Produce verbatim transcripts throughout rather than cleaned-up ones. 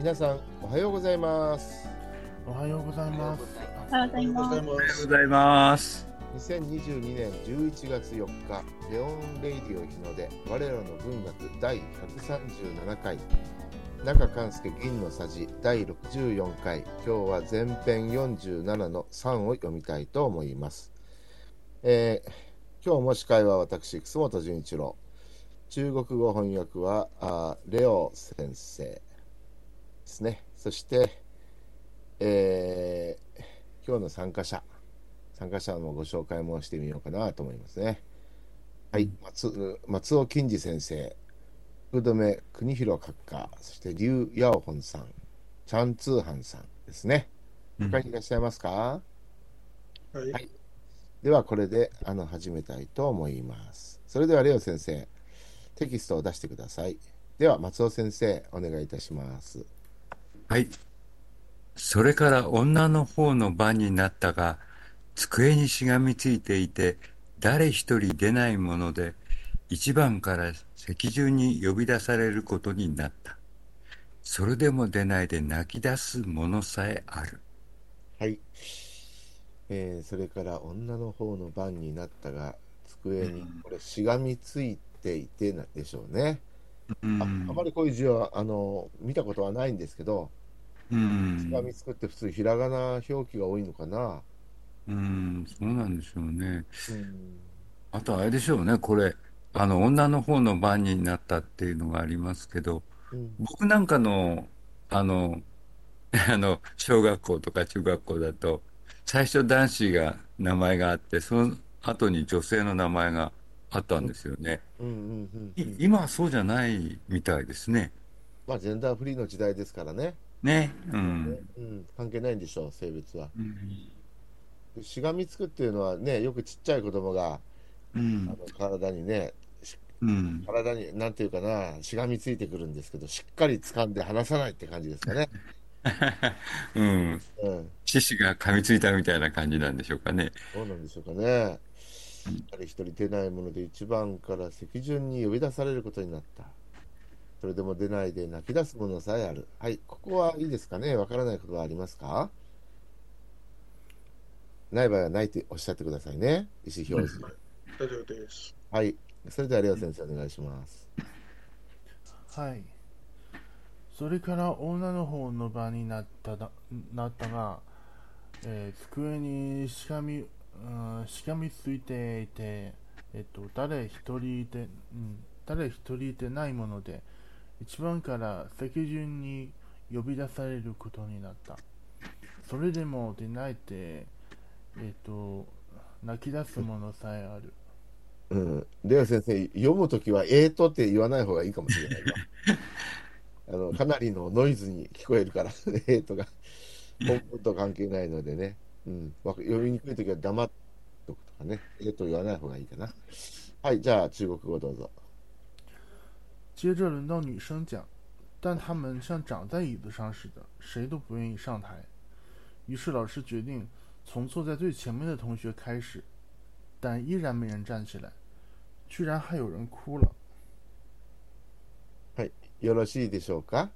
皆さんおはようございます。 おはようございます。 おはようございます。 おはようございます。 にせんにじゅうにねんじゅういちがつよっか、レオンレイディオ日の出我らの文学だいひゃくさんじゅうななかい、中勘介銀のさじだいろくじゅうよんかい、今日は前編よんじゅうななのさんを読みたいと思います。えー、今日も司会は私楠本純一郎、中国語翻訳はあレオ先生ですね。そして、えー、今日の参加者参加者のご紹介もしてみようかなと思いますね。はい、松松尾金次先生、福留邦弘閣下、そして劉耀本さん、チャンツーハンさんですね。他にいらっしゃいますか？ はい、 はい、ではこれであの始めたいと思います。それではレオ先生、テキストを出してください。では松尾先生、お願いいたします。 はい。それから女の方の番になったが、机にしがみついていて、誰一人出ないもので、一番から席順に呼び出されることになった。それでも出ないで泣き出すものさえある。 はい、えー、それから女の方の番になったが、机にこれしがみついていてなでしょうね。 うん、 あ, あまりこういう字はあの見たことはないんですけど、 うん、 しがみつくって普通ひらがな表記が多いのかな。 うん、そうなんでしょうね。 うん、 あとあれでしょうね、これ、あの、女の方の番になったっていうのがありますけど、 うん、 僕なんかの、あの、あの、小学校とか中学校だと、最初男子が名前があって、その後に女性の名前があったんですよね。 うん、うん、うん、ういん。 今はそうじゃないみたいですね。 まあジェンダーフリーの時代ですからね。 ね。うまあね、 ん。 うん、関係ないんでしょう、性別は。 うん。 しがみつくっていうのはね、よくちっちゃい子供がうん。 あの体にね、しうん。 体に、なんていうかな、しがみついてくるんですけど、しっかり掴んで離さないって感じですかね。 うん。 うん、 獅子が噛みついたみたいな感じなんでしょうかね。 どうなんでしょうかね。誰一人出ないもので一番から席順に呼び出されることになった。それでも出ないで泣き出すものさえある。はい、ここはいいですかね。わからないことはありますか？ない場合はないとおっしゃってくださいね。意思表示。 大丈夫です。 はい。それではレオ先生お願いします。 はい。それから女の方の番になっただなったが、えー机にしがみ、うん、しがみついていて、えっと、誰一人いて、うん、誰一人いてないもので、一番から席順に呼び出されることになった。それでも出ないで、えっと、泣き出すものさえある。 うん。レオ先生、読むときは、えーとって言わない方がいいかもしれないわ。あの、かなりのノイズに聞こえるから、えーとが、本文と関係ないのでね。うん。わか読みにくいときは黙っとくとかね。えーと言わない方がいいかな。はい、じゃあ中国語どうぞ。 接着轮到女生讲，但她们像长在椅子上似的，谁都不愿意上台。于是老师决定从坐在最前面的同学开始，但依然没人站起来，居然还有人哭了。 はい、よろしいでしょうか？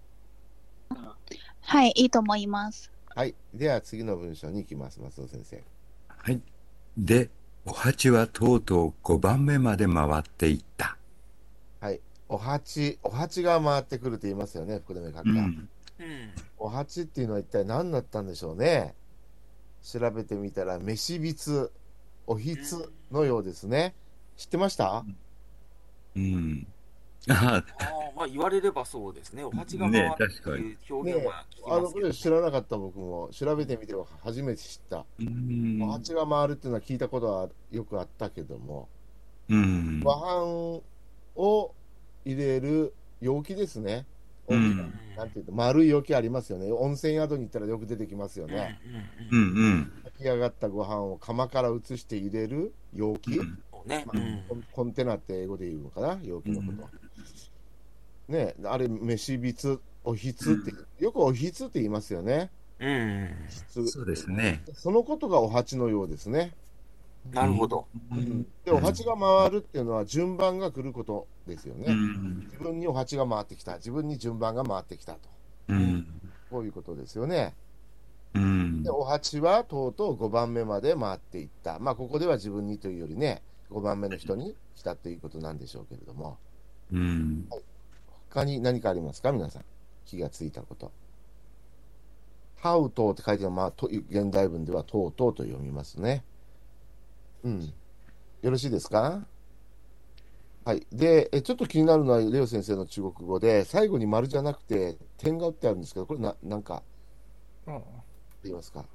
はい、いいと思います。 はい、では次の文章に行きます、松尾先生。 はい。で、お鉢はとうとうごばんめまで回っていった。 はい、お鉢、お鉢が回ってくると言いますよね、福留閣下。 うん。 お鉢っていうのは一体何だったんでしょうね。調べてみたら、飯びつ、おひつのようですね。知ってました？ うん。あああ、まあ言われればそうですね。お鉢が回ね、 る確かに。 っていう表ねえ、 現は聞きあの、 ますけどね。 これ知らなかった僕も、調べてみて初めて知った。 うおん。 鉢が回るっていうのは聞いたことはよくあったけども、 うん。 ご飯を入れる容器ですね。 う大きな、 ん。 なんていうと、丸い容器ありますよね。温泉宿に行ったらよく出てきますようんうんね。 うん。 うん。 うん。 炊き上がったご飯を釜から移して入れる容器。 そうね。 まあ、 うん。 コンコンテナって英語で言うのかな、容器のこうんと。ね、あれ、飯びつ、おひつって、よくおひつって言いますよね。 うん。 ひつ。 そうですね。 そのことがお鉢のようですね。 なるほど。 うん、 うん。 で、お鉢が回るっていうのは順番が来ることですようね。 ん。 自分にお鉢が回ってきた。自分に順番が回ってきたと。 うん。 こういうことですよね。 うん。 で、お鉢はとうとうごばんめまで回っていった。まあ、ここでは自分にというよりね、ごばんめの人に来たということなんでしょうけれども、 うん。 他に何かありますか、皆さん。気がついたこと。ハウトウって書いてある、まあ、と現代文ではとうとうと読みますね。うん。よろしいですか？はい。で、えちょっと気になるのは、レオ先生の中国語で、最後に丸じゃなくて点が打ってあるんですけど、これな、なんかあ、 言いますか？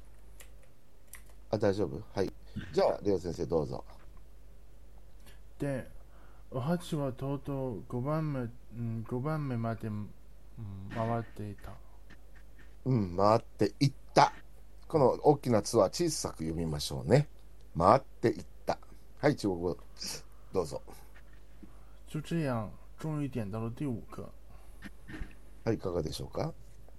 あ、大丈夫？はい。じゃあ、レオ先生どうぞ。 で、お鉢はとうとうごばんめ、うん、ごばんめまで、うん、回っていた。 うん、回っていった。この大きな「つ」は小さく読みましょうね。回っていった。はい、中国語、どうぞ。 就这样，终于点到了第五个。 はい、いかがでしょうか？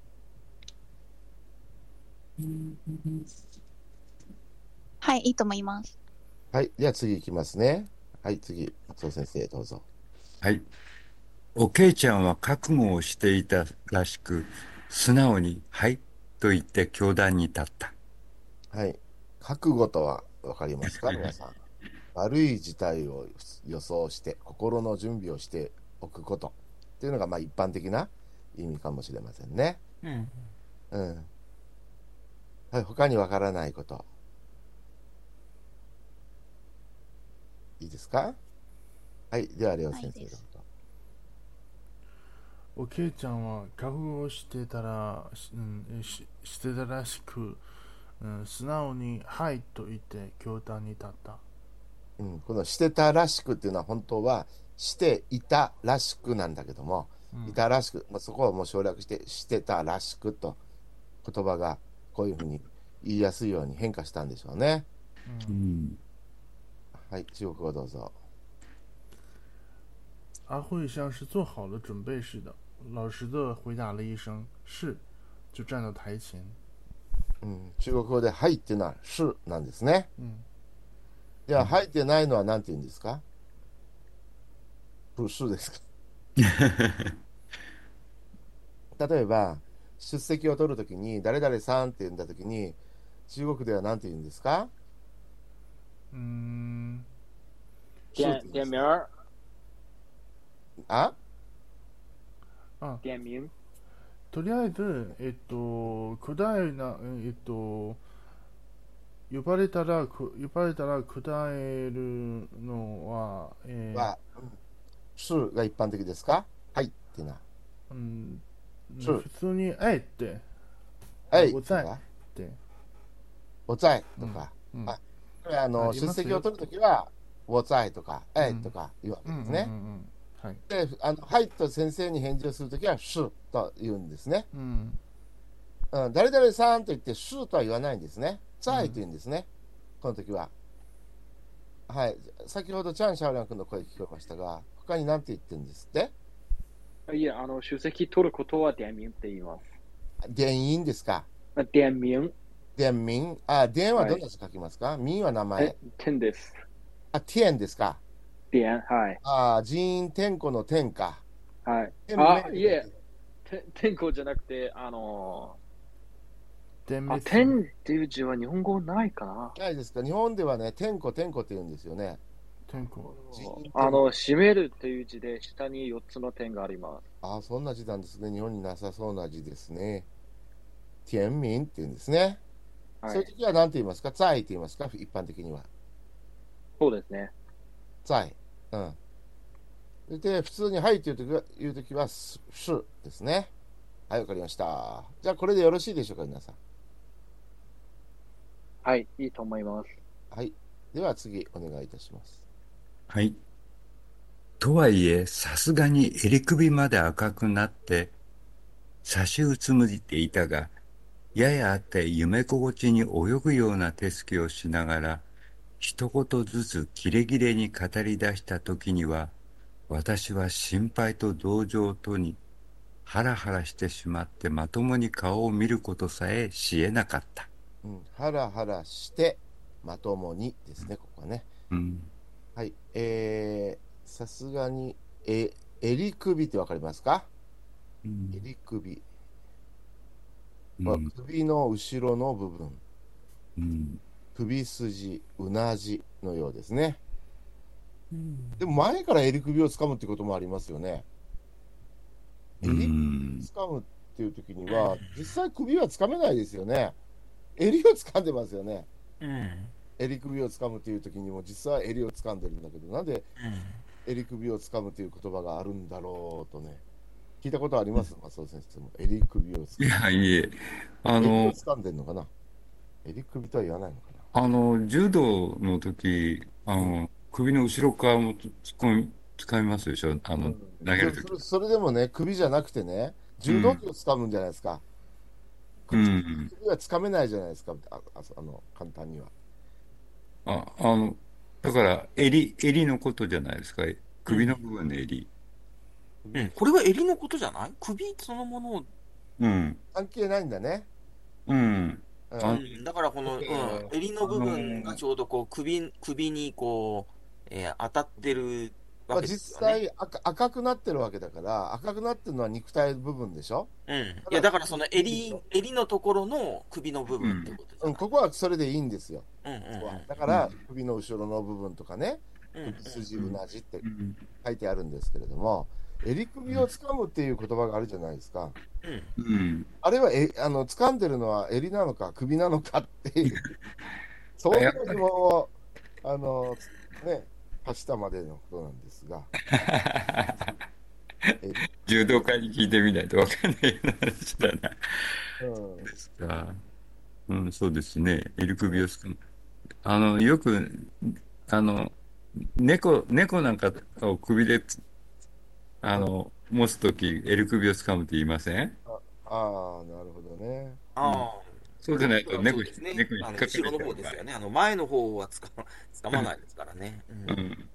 はい、いいと思います。 はい、では次いきますね。はい、次、松尾先生、どうぞ。 はい。おけいちゃんは覚悟をしていたらしく、素直に、はい、と言って教壇に立った。 はい、覚悟とは分かりますか、皆さん。悪い事態を予想して、心の準備をしておくことっていうのが、まあ、一般的な意味かもしれませんね。 うん。 うん。はい、他に分からないこと。いいですか？はい、では、レオ先生、どうぞ。 おけいちゃんは覚悟をしてたら、し,、うん、ししてたらしく、うん、素直に「はい」と言って教壇に立った。 うん、このしてたらしくっていうのは本当はしていたらしくなんだけども、 うん、 いたらしく、まあ、そこをもう省略してしてたらしくと言葉がこういうふうに言いやすいように変化したんでしょうね。 うん、 はい、中国語どうぞ。 阿慧像是做好了准备似的，老实的回答了一声“是”，就站到台前。 うん、中国語ではいっていうのはしなんですね。 うん、 では入ってないのは何て言うんですか？不是ですか？例えば出席を取るときに誰々さんって言うんだときに中国では何て言うんですか？ うーん、 点点名儿。 ああ、 点名。 とりあえず、えっと、答えな、えっと、呼ばれたら、呼ばれたら答えるのは、えー、 は、しが一般的ですか？はいっていうのは。 うん、 是普通に、えいって、 はいお在っとか、 て、 お在とか、 うん、 あこれあの出ありますよ席を取るときは、お在とか、えいうんとか言うわけうんうんうんですね。 うんはい。 で、あのはいと先生に返事をするときは、しと言うんですね。 うん。 うん、誰々さんと言って、しとは言わないんですね。在と言うんですね。この時は。はい。先ほどチャン・シャオリャン君の声聞こえましたが、他に何て言ってるんですって？ いや、あの、出席取ることは点名って言います。 電員ですか？ あ点名。 電民。あ、電はどんな字書きますか？民は名前え。、点です。 あ、天ですか？ 点、はい。 あ、人員天子の天か。 はい。 天あ、 命いえ、て天候じゃなくて、あのー、あ、 点滅。 天っていう字は日本語ないかな。 ないですか？日本ではね、天子天子って言うんですよね。 天候。 人員天子あの、閉めるっていう字で下によっつの点があります。 あ、そんな字なんですね。日本になさそうな字ですね。天民って言うんですね。 はい。 そういう時は何て言いますか？在って言いますか？一般的には。 そうですね。 在。うん。で、普通にはいっていう時は、言う時は、すですね。はい、わかりました。じゃあ、これでよろしいでしょうか、皆さん。 はい、いいと思います。 はい。では次、お願いいたします。 はい。とはいえ、さすがに襟首まで赤くなって、差しうつむいていたが、ややあって夢心地に泳ぐような手つきをしながら、一言ずつキレキレに語り出した時には、私は心配と同情とにハラハラしてしまってまともに顔を見ることさえしえなかった。 うん、ハラハラしてまともにですね、ここはね。 うん、 はい。えー、さすがに、え、襟首ってわかりますか？ うん、 襟首。 まあうん首の後ろの部分、 うん首筋、うなじのようですね。 うんでも前から襟首をつかむってこともありますよね。 う襟んつかむっていう時には、実際首はつかめないですよね。襟をつかんでますよね。 うん襟首をつかむっていう時にも実は襟をつかんでるんだけど、なんで襟首をつかむという言葉があるんだろうとね、聞いたことあります、松尾先生も。襟首をついかむ。 やいえあ襟のをつかんでるのかな。襟首とは言わないのかあの柔道の時あの首の後ろ側も突っ込み掴みますでしょあな。 のうん、 投げる時でそれそれでもね、首じゃなくてね、柔道着をつかむんじゃないですか。 う首ん首はつかめないじゃないですか、あああの簡単には。 ああのだから襟襟のことじゃないですか首の部分の襟うん、これは襟のことじゃない？首そのものを、 うん関係ないんだね。 うんうんあうん、だからこの、うん、襟の部分がちょうどこう首、首にこう、えー当たってるまあ、 わけです実よね。 際赤、赤くなってるわけだから、赤くなってるのは肉体部分でしょ。 うん。いや、だからその襟、襟のところの首の部分ってことじゃうん、 ない？ ここはそれでいいんですよ。 うんうんうん。 だから、首の後ろの部分とかね、 うんうん首筋うなじってうん書いてあるんですけれども、襟首をつかむっていう言葉があるじゃないですか。 うんうんあれはえあの掴んでるのは襟なのか首なのかっていう、そういう疑問をあの、ね、発したまでのことなんですが、襟柔道家に聞いてみないとわかんないような話だな。 うんですか。うん、そうですね。襟首をつかむ。あの、よく、あの、猫、猫なんかを首でつ、あの、持つとき、襟首をつかむって言いませんああー、なるほどね。 ああ。 そうでないと猫に、 そうですね。 猫に引あの、 っかかれちゃう後ろの方ですよね。あの、前の方はつかま、つかまないですからね。う。 うんん。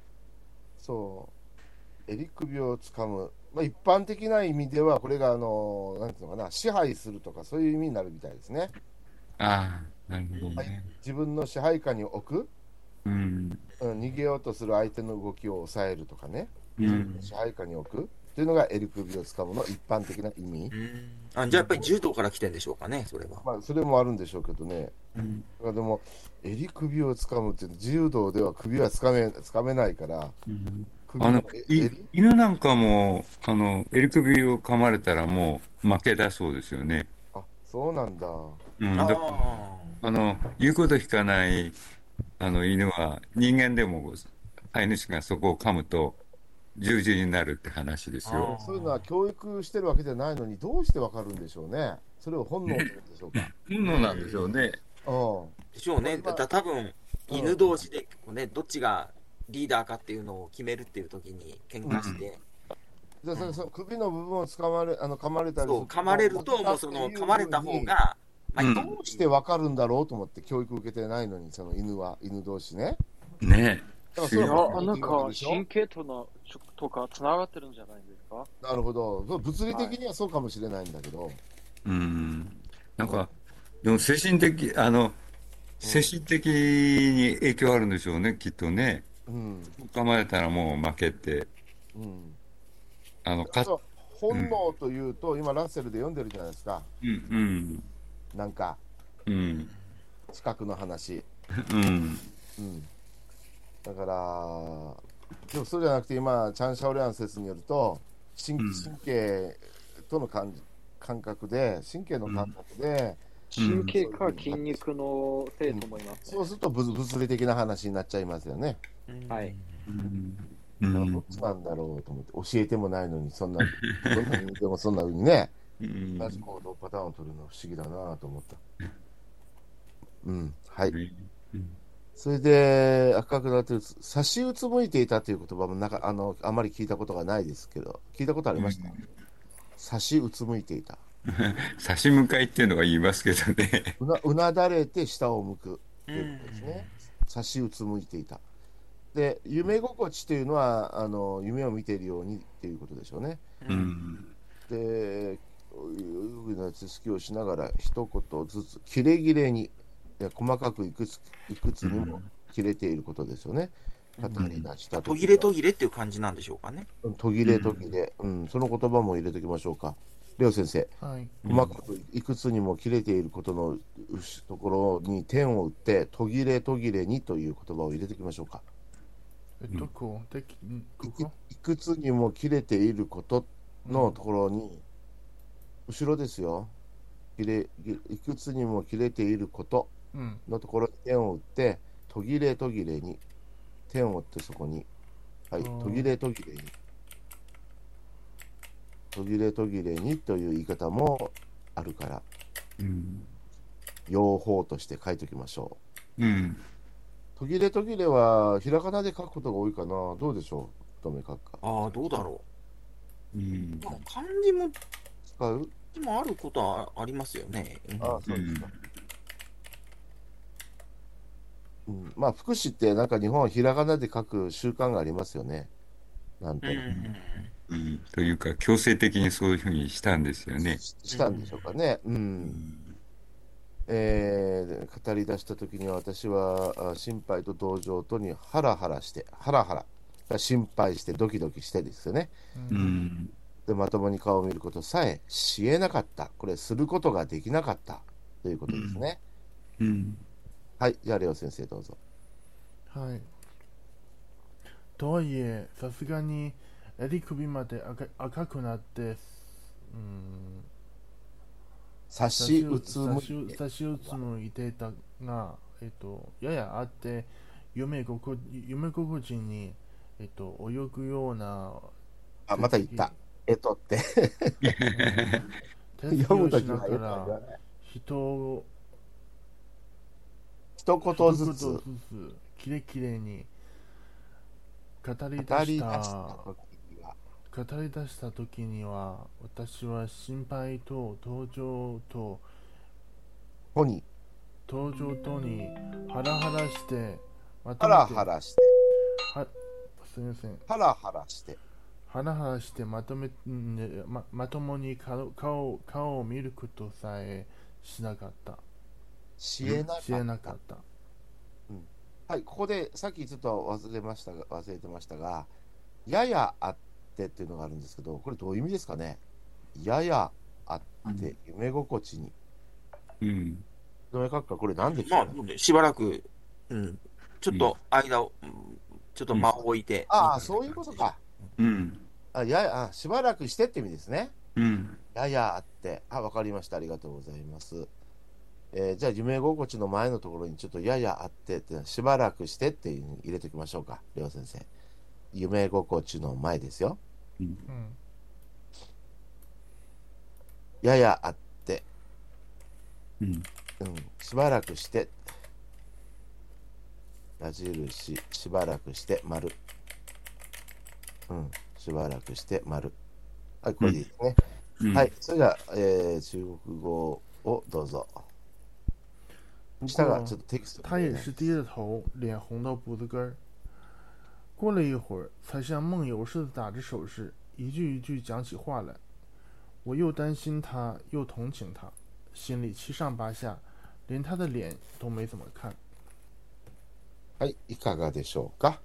そう、襟首をつかむ、まあ、一般的な意味では、これがあの、なんていうのかな、支配するとか、そういう意味になるみたいですね。 ああ、なるほどはいね。 自分の支配下に置く、 うん。 うん、逃げようとする相手の動きを抑えるとかね、 うん自分の。支配下に置くというのが襟首をつかむの一般的な意味。 うんあ、じゃあやっぱり柔道から来てんでしょうかね、それは。 まあ、それもあるんでしょうけどね。 うんだからでも、襟首をつかむって、柔道では首はつかめ、つかめないから、 うん首あの、いえ襟犬なんかも、あの、襟首を噛まれたらもう負けだそうですよね。 あ、そうなんだ。 うん。 あだあ。 あの、言うこと聞かない、あの、犬は、人間でも、飼い主がそこを噛むと、十字になるって話ですよ。 あそういうのは教育してるわけじゃないのに、どうしてわかるんでしょうね。それを本能というんでしょうか。 本能なんでしょうね。 うん。 でしょうね。だだ多分犬同士でこうね、どっちがリーダーかっていうのを決めるっていう時に喧嘩して、 じゃあそれその首の部分を掴まれあの噛まれたりすそう噛まれるともうその噛まれた方が、まあ、 うんどどうしてわかるんだろうと思って教育受けてないのに、その犬は犬同士ね。 ねだからそいやれはあなんかでしょ神経とのとかつながってるんじゃないですか？ なるほど。そう物理的にはそうかもしれないんだけど。 うん。なんか、でも精神的、あの、精神的に影響あるんでしょうね、きっとね。 うん。 噛まれたらもう負けて、 うん。 あの、か、 そう本能というと、今ラッセルで読んでるじゃないですか。 うん、うん、 なんか、 うん、 視覚の話。 うん、 うん。だから、でもそうじゃなくて、今、チャン・シャオリャン説によると、神うん神経との感じ感覚で、神経の感覚で、 神経か筋肉のせいと思います、ねそうすると物物理的な話になっちゃいますよね。 はい。 うん、 だからどっちなんだろうと思って、教えてもないのに、そんな、どんなにでもそんな風にね、 うん、 同じ行動パターンを取るのは不思議だなと思った。うん、はい。 うんそれで、赤くなってる、差しうつむいていたという言葉もなんかあのあまり聞いたことがないですけど、聞いたことありました、差しうつむいていた。 差し向かいっていうのが言いますけどね。 うなうなだれて下を向くということですね。差しうつむいていた。で、夢心地というのは、あの夢を見ているようにっていうことでしょうね。 うん、 で、有意な知識をしながら、一言ずつ、切れ切れに、いや細かくいくついくつにも切れていることですよね。語り出した途切れ途切れっていう感じなんでしょうかね。 途切れ途切れ、うん、その言葉も入れときましょうか。 レオ先生、 はい。 細かくいくつにも切れていることのうところに点を打って、途切れ途切れにという言葉を入れておきましょうか。 え、どこでき、んこいくこいくつにも切れていることのところに、後ろですよ。切れいくつにも切れていることうん。 のところに点を打って、途切れ途切れに点を打ってそこに、はい、 あー途切れ途切れに、途切れ途切れにという言い方もあるから、 うん。 用法として書いておきましょうん。 う。途切れ途切れはひらがなで書くことが多いかな。どうでしょう、太め書くか。 ああ、どうだろうんう。でも漢字も、 使うでもあることはありますよね。うんああ、そうですか。うん、まあ、福祉ってなんか日本はひらがなで書く習慣がありますよね。なんとうんなく。 うんというか、強制的にそういうふうにしたんですよね。 ししたんでしょうかね。うん。えー語り出したときには私はあ心配と同情とにハラハラして、ハラハラ、心配してドキドキしてですよね。 うん。 で、まともに顔を見ることさえしえなかった。これ、することができなかったということですね。 うん。 はい、じゃあ、レオ先生どうぞ。 はい。とはいえ、さすがに襟首まで赤赤くなって、うん、 差しうつむ差し差しうつむいていたが、えっと、ややあって、夢心夢心地に、えっと、泳ぐようなあ、また言った。えっとって。 手つき読むをしなときはえっとがらは言わない。 人を一言ずつ一言ずつきれきれに語り語出しり出したたときには、 語り出した時には、私は心配と同情とほに同情とにハラハラしてまとハラめてハラして、 はすみませんハラハラして、 ハラハラしてまとめんねままともに顔顔顔を見ることさえしなかったしえなかっ。 したえなかったはい、ここでさっきちょっと忘れましたが、忘れてましたが、ややあってっていうのがあるんですけど、これどういう意味ですかね。ややあって、夢心地に。 うん。 どういう書くか、これ何でしまょう、 あ、しばらく、うん、ちょっと間を、うんちょっと間を置いて。 ああ、そういうことか。 うん。 あ、やや、あ、しばらくしてって意味ですね。 うん。 ややあって。あ、わかりました。ありがとうございます。えーじゃあ、夢心地の前のところにちょっとややあってっていうのはしばらくしてっていうのに入れておきましょうか、レオ先生。夢心地の前ですよ。 うんややあって、 うん。 うん、しばらくして、矢印、しばらくして、丸。うん、しばらくして、丸。はい、これでいいですね。 うん。 はい、それでは、えー中国語をどうぞ。下がちょっとテキスト他也是低着头，脸红到脖子根儿。过了一会儿，才像梦游似的打着手势，一句一句讲起话来。我又担心他，又同情他，心里七上八下，连他的脸都没怎么看。 はい、いかがでしょうか。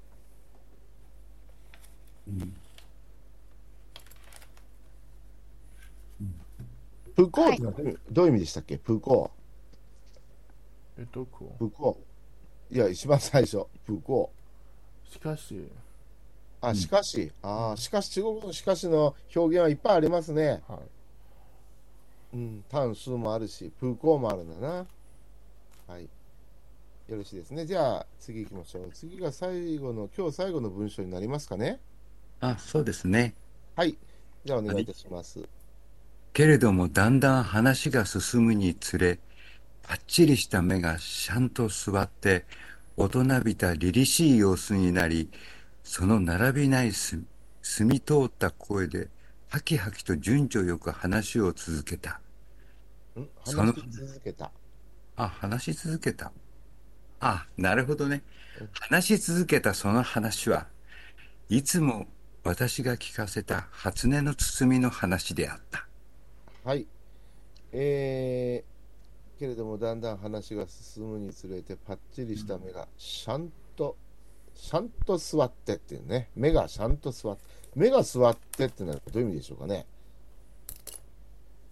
プコーってのはどういうどういう意味でしたっけ。プコえ、どこー、プコー。いや、一番最初、プコしかし、 ー。あ、しかし、あーしかし、中国のしかしの表現はいっぱいありますね。 はい。 うん、単数もあるし、プーコーもあるんだな。はい。よろしいですね。じゃあ、次行きましょう。次が最後の、今日最後の文章になりますかね。 あ、そうですね。 はい。じゃあ、お願いいたします。 けれども、だんだん話が進むにつれ、ぱっちりした目がしゃんと座って、大人びた凛々しい様子になり、その並びないす澄み通った声で、はきはきと順序よく話を続けた。 んその話し続けた。 あ、話し続けた。あ、なるほどね。話し続けたその話は、いつも私が聞かせた初音の包みの話であった。 はい。えー、けれども、だんだん話が進むにつれて、パッチリした目がシャンと、シャンと座ってっていうね。目がシャンと座って。目が座ってってのはどういう意味でしょうかね。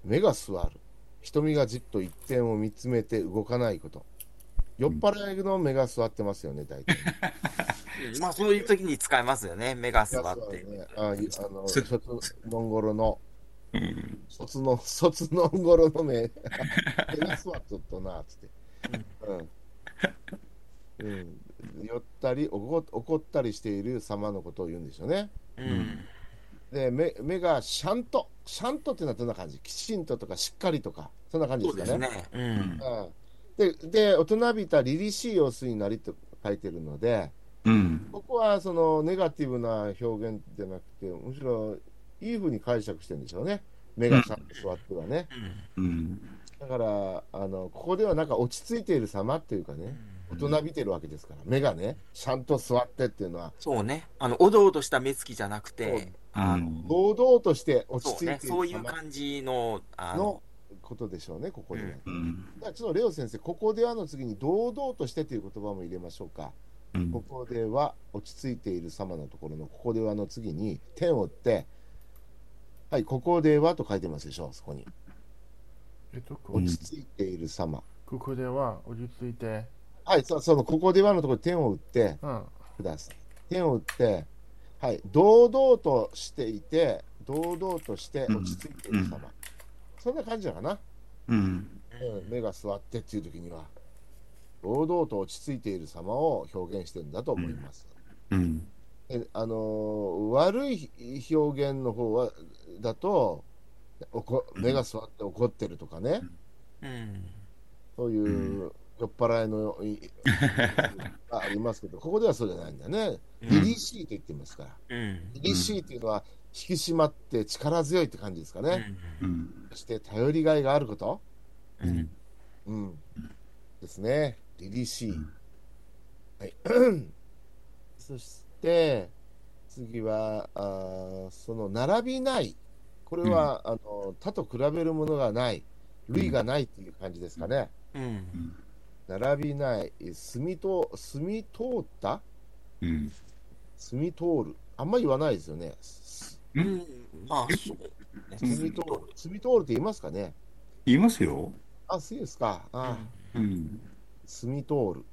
目が座る。瞳がじっと一点を見つめて動かないこと。酔っ払いの目が座ってますよね、大体。 うんまあ、そういう時に使えますよね、目が座って。 ね、あいあの、 そ卒のんごろの、 うん卒の、卒のんごろの目、目が座っとっとな、つって。うん。うん。酔ったり怒、怒ったりしている様のことを言うんでしょうね。 うん。 で、目、目がシャンと、シャンとっていうのはどんな感じ？きちんととか、しっかりとか、そんな感じそうですかね。 ですね。うん。 うんで、で、大人びた凛々しい様子になりと書いてるので、 うんここはそのネガティブな表現じゃなくて、むしろいい風に解釈してるんでしょうね。目がちゃんと座ってはね。 うんだから、あの、ここではなんか落ち着いている様っていうかね、大人びてるわけですから、目がね、ちゃんと座ってっていうのは、 そうね。あの、おどおどした目つきじゃなくそうて、 うあの、 ん堂々として落ち着そうね。 いていそういうる様感じの、あのの、 ことでしょうね、ここでは。 うんじゃあちょっとレオ先生、ここではの次に堂々としてという言葉も入れましょうか。 うんここでは落ち着いている様のところのここではの次に点を打って、はい、ここではと書いてますでしょう、そこに。 えっと、こ落ち着いている様。 ここでは落ち着いて、 はい、そそのここではのところに点を打ってうん、 ください。点を打って、はい、堂々としていて、堂々として落ち着いている様。 うんそんな感じだかな。 うんうん、目が座ってっていう時には、堂々と落ち着いている様を表現してるんだと思います。 うんえあのー悪い表現の方はだとおこ目が座って怒ってるとかね、 うん。 そういう酔っ払いのいがありますけど、ここではそうじゃないんだね。 うん凛々しいと言ってますから。 うん。 凛々しいっていうのは引き締まって力強いって感じですかね。 うんそして頼りがいがあること、 うん。うん。 うん、ですね。凛々しい。はい。そして次はあーその並びない。これは、あの他と比べるものがない、類がないっていう感じですかね。 うん。 並びない、澄みと澄み通ったうん澄み通る。あんまり言わないですよね。すうん。まあ、そう。 澄み通る。澄み通るって言いますかね。 言いますよ。 あ、そうですか。あ、 うん澄み通る。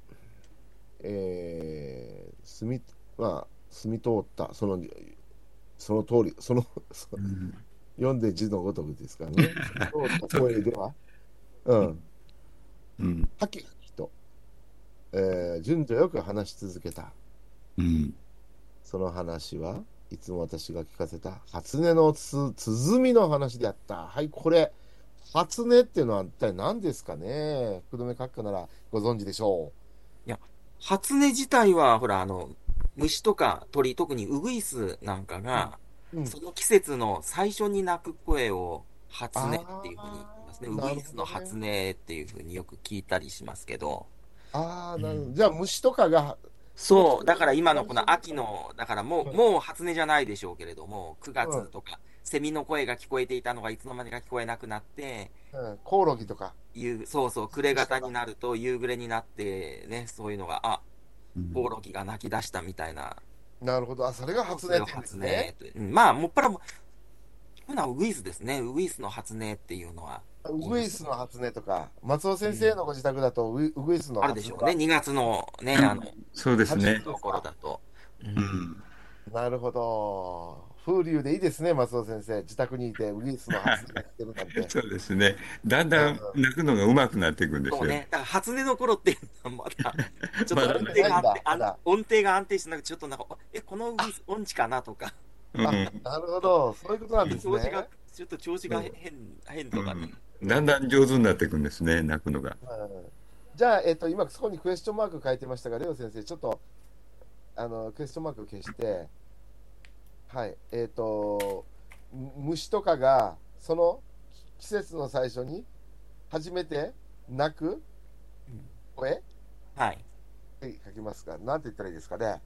えー、澄み、まあ、澄み通った。その、その通り、その、そうん読んで字のごとくですからね。澄み通った声では、うん。 うんはきはきと、えー順序よく話し続けた。 うんその話はいつも私が聞かせた初音のつ鼓の話であった。はい、これ、初音っていうのは一体何ですかね。福留閣下ならご存知でしょ初音自体は、ほら、あの、虫とか鳥、特にウグイスなんかが、 う。うん、 その季節の最初に鳴く声を初音っていうふうに言いますね。 あーなるほどねウグイスの初音っていうふうによく聞いたりしますけど。 ああ、なるほど。じゃあ虫とかが、 そう、だから今のこの秋の、だからもう、 うんもう初音じゃないでしょうけれども、くがつとか、セミの声が聞こえていたのがいつの間にか聞こえなくなって、 うん、コオロギとか。 夕そうそう、暮れ方になると夕暮れになってね、そういうのが、あ、コオロギが鳴き出したみたいな、 なるほど。あ、それが初それを音って言うんです初音ね。 という。うんまあ、もっぱらも、ほな、ウグイスですね。ウグイスの初音っていうのは。 ウグイスの初音とか、松尾先生のご自宅だとウウグイスのある初音でしょうね。にがつのね、あの、 そうですね。 ところだと。ううんんなるほど。風流でいいですね、松尾先生。自宅にいてウグイスの初音が聞けるなんて。 そうですね。だんだん泣くのが上手くなっていくんですよ。 そうね。だから初音の頃っていうのはまだ、ちょっまだと音程が安定まだ安音程が安定してなくて、ちょっとなんか、え、このウグイス音痴かなとか、 うんあ、なるほど。そういうことなんです調子がね。、 ちょっと調子が変、変とかね。 だんだん上手になっていくんですね、泣くのが。 うんじゃあ、えっと、今そこにクエスチョンマーク書いてましたが、レオ先生、ちょっと、あの、クエスチョンマークを消して、はい、えっと、む虫とかが、その季節の最初に、初めて鳴く声っはい。 て書きますか。なんて言ったらいいですかね。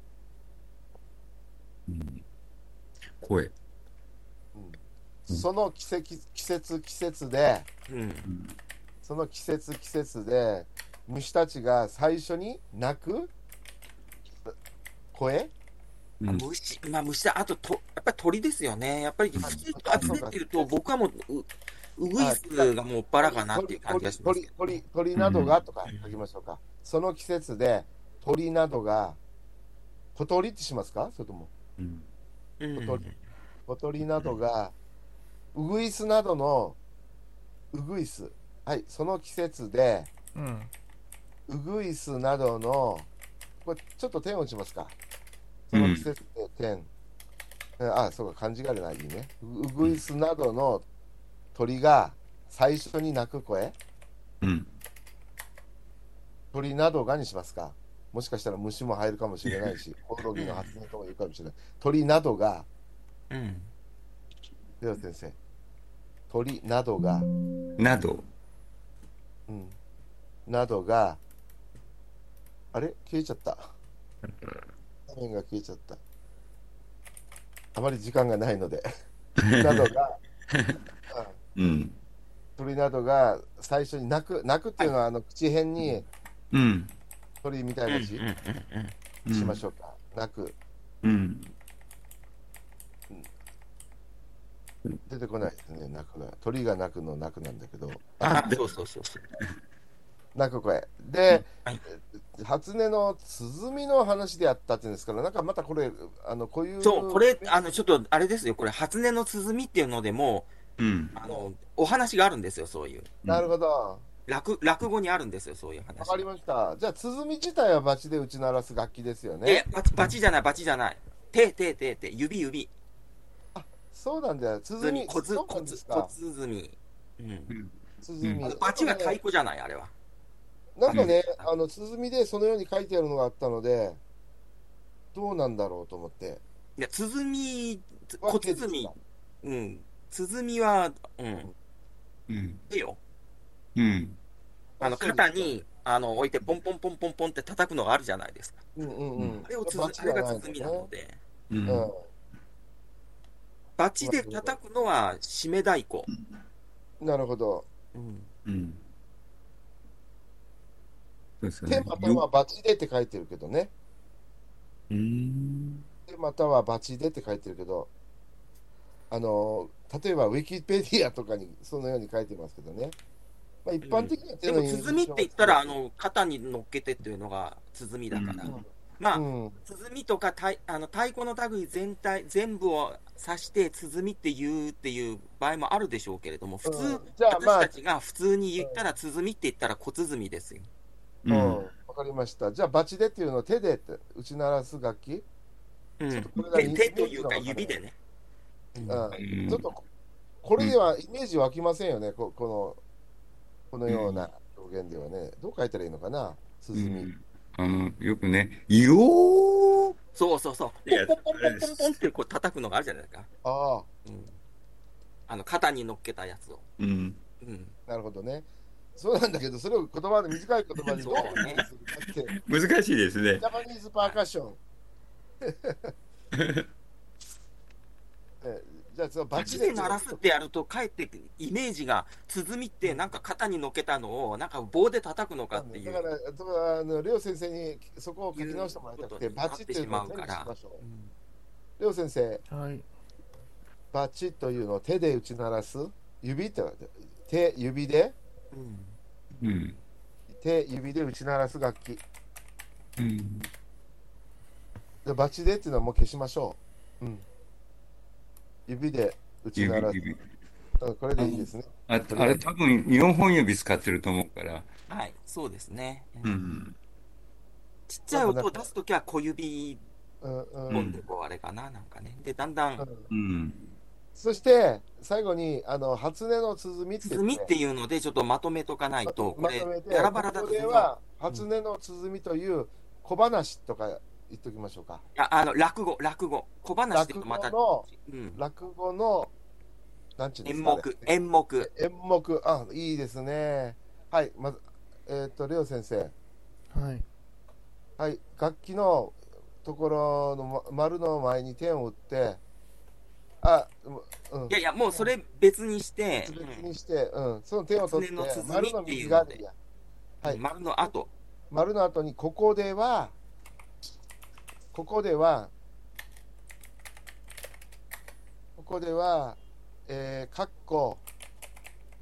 うん声。 うんその季節、季節、季節で、 うん。 その季節、季節で、虫たちが最初に鳴く声うん虫、まあ虫だ、あとと、やっぱり鳥ですよね。やっぱり、 あ集めっていうと、僕はもう、うウグイスがもうっぱらかなっていう感じがしますけど。 鳥、鳥、鳥などがとか書きましょうか。その季節で鳥などが、小鳥ってしますか、それとも。 うんうん小鳥、小鳥などが、ウグイスなどの、ウグイス。はい、その季節で、 うん。 ウグイスなどの、これちょっと点を打ちますか。その季節で点。うんあ、そうか、漢字があるな、いいね。ウウグイスなどの鳥が最初に鳴く声、 うん鳥などがにしますか。もしかしたら虫も入るかもしれないし、コオロギの発音とも言うかもしれない。鳥などが、 うん。 では先生、鳥などが、 など、 うん、などが、あれ消えちゃった。画面が消えちゃった。あまり時間がないので、などが、うんうん鳥などが最初に鳴く、鳴くっていうのは、あの口辺にうん鳥みたいな字うんうんうんしましょうか。鳴く。 うん出てこないですね、鳴くが。鳥が鳴くの鳴くなんだけど、 あ、そうそうそうそう。 鳴く声。で、 はい初音の鼓の話であったっていうんですから、なんかまたこれ、あの、こういう。 そう、これ、あの、ちょっと、あれですよ、これ、初音の鼓っていうのでも、 うんあの、お話があるんですよ、そういう。 なるほど。 落、落語にあるんですよ、そういうわ話。 かりました。じゃあ、鼓自体はバチで打ち鳴らす楽器ですよえね。、 バチ、バチじゃない、バチじゃない。手、手、手、手、指、指。 そうなんだよ。 鼓、 鼓、 小つ、 そうな小つ、 んですか。 小鼓。うん。 鼓。 あのバチが太鼓じゃない、あれは。 なんかね、あの、鼓でそのように書いてあるのがあったので、どうなんだろうと思って。 いや、鼓、小は手ですか鼓。うん。鼓は、うん。 うん手よ。 うんあの、 そうですか肩に、あの、置いて、ポンポンポンポンポンって叩くのがあるじゃないですか。 うんうんうん。 あれをつづ、 バあれチがないのが鼓なのね。 で。 うんうん。 バチで叩くのは締め太鼓。 なるほど。 うん。 うんそうですよ手ねまたはバチでって書いてるけどね。 うん手またはバチでって書いてるけど、あの、例えばウィキペディアとかにそのように書いてますけどね。まあ、一般的には手でも、 の印象鼓って言ったら、あの、肩に乗っけてっていうのが鼓だから。 うんまあ、 うん。 鼓とかたいあの太鼓の類全体、全部を指して鼓って言うっていう場合もあるでしょうけれども、普通、 うんじゃあまあ私たちが普通に言ったら鼓って言ったら小鼓ですよ。 ううんん。わかりました。じゃあ、バチでっていうのは手でって打ち鳴らす楽器うんちょっとこれが手イ手というかイメージがわからない指でね。 うん。 うんちょっとこ、これではイメージ湧きませんよね。ここの、このような表現ではね。どう書いたらいいのかなう鼓。 んあのよくねよーそうそうそう。 いやポンポンポンポンポンポンってこう叩くのがあるじゃないですか。 ああ、 うん。あの、肩に乗っけたやつを。 うんうん。 なるほどね。そうなんだけど、それを言葉で短い言葉でどうそうね表現するかって、 難しいですねジャパニーズパーカッション。えじゃあ、そのババチチでで鳴らすってやると、かえってイメージが、鼓ってなんか肩に乗っけたのを、なんか棒で叩くのかっていう。 だから、だからあの、レオ先生にそこを書き直してもらいたくて、 いうことにバチっていうのを手にしなってしまうからましょう。 うんレオ先生、 はい。 バチというのを手で打ち鳴らす指って手、指でうんうん手、指で打ち鳴らす楽器。 うんでバチでっていうのはもう消しましょう。うん。指で打ち鳴らす。 指指うんこれでいいですね。 ああれ多分よんほん指使ってると思うからはい、そうですね。 うんちっちゃい音を出すときは小指うんうんポンでこうあれかな、なんかね。で、だんだん、 うんそして、最後に、あの、初音の鼓って言鼓っていうのでちょっとまとめとかないと、これまとめ、て、 バラバラだことこで全然は、初音の鼓という小話とか言っときましょうか。 ああの、落語、落語。小話っていうとまた、 落語うん、 落語の、なんちゅうんです演か、ね、 目、演目。 演目、あ、いいですね。はい、まず、えっ、と、レオ先生。 はい。 はい、楽器のところのま丸の前に点を打って、あ、うんい、やいや、もうそれ別にして、 別にして、うん、その点を取って初音の、鼓丸のっていうので右側でいいや。はい、 丸の後。 丸の後に、ここでは、ここでは、ここでは、えー、かっこ、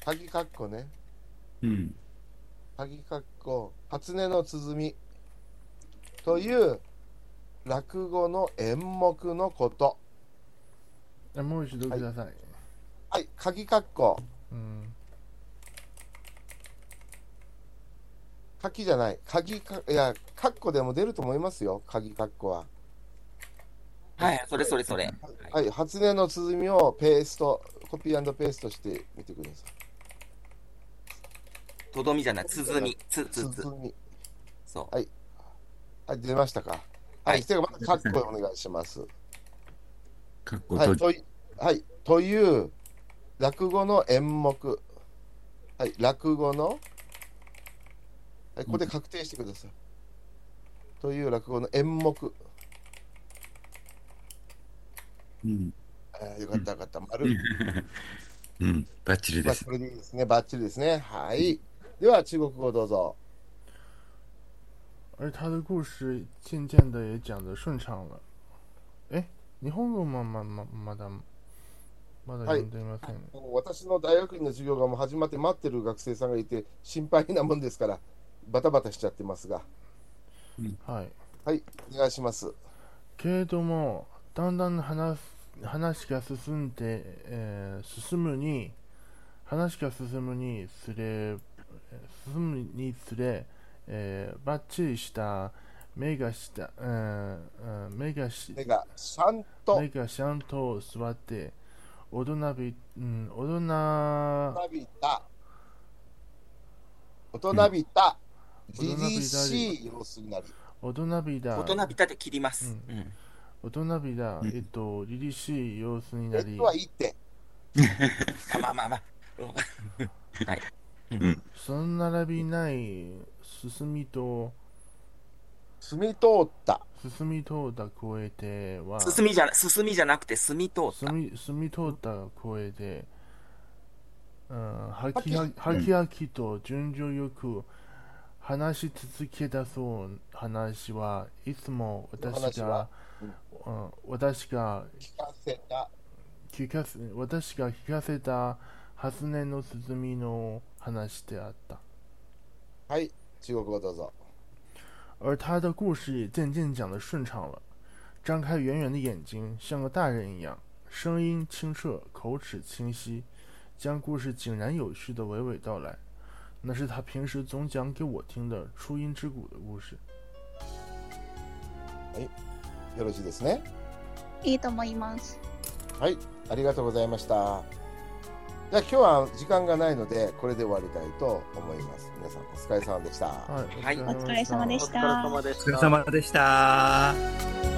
鍵括弧ね。 うん。 鍵括弧、初音の鼓という落語の演目のこと。 えもう一度ください。はい、 はい、鍵括弧。 うん。 鍵じゃない。鍵か、いや、括弧でも出ると思いますよ、鍵括弧は。 はい、それそれそれ。 はい、はい、初音の鼓をペースト、コピー&ペーストしてみてください。 とどみじゃない、鼓、つ、つ、つ。 鼓。 そう。 はい。はい、出ましたか。はい。では、まず、括弧お願いします。 括弧はい、とい、はい。という、落語の演目。はい、落語の、はい、ここで確定してください。という落語の演目。 うん。 あーよかったよかった。丸。 うん、バッチリです。 これでいいですね。バッチリですね。はい。では、中国語どうぞ。 而他的故事渐渐的也讲得顺畅了。え、日本語もまままだまだ読んでいません。 はい、私の大学院の授業がもう始まって待ってる学生さんがいて心配なもんですからバタバタしちゃってますが、 うん、はい、 はい、お願いします。 けれどもだんだん話話が進んで、えー、進むに話が進むにつれ進むにつれ、えー、バッチリした目がした、えー、目がし目がちゃんと目がちゃんと座って大人び、うん、大人びた大人びた凛々しい様子になり大人びだ大人びたで切ります。 うんうん、大人びだ、えっと、凛々しい様子になり。 えっとはいいって。 まあまあまあ。はい。 うん、その並びない進みと進み通った進み通った声では進みじゃ進みじゃなくて進み通った進み進み通った声で、うん、はきははきはきと順序よく話し続けたそう話はいつも私が、うん、私が聞かせた聞かせ私が聞かせた初音の鼓の話であった。 はい、中国語どうぞ。 而他的故事也渐渐讲得顺畅了，张开圆圆的眼睛，像个大人一样，声音清澈，口齿清晰，将故事井然有序地娓娓道来。那是他平时总讲给我听的初音之谷的故事。 はい、よろしいですね。 いいと思います。 はい、ありがとうございました。じゃあ今日は時間がないのでこれで終わりたいと思います。皆さんお疲れ様でした。 はい、 はい、 お疲れ様でした。 お疲れ様でした。 お疲れ様でした。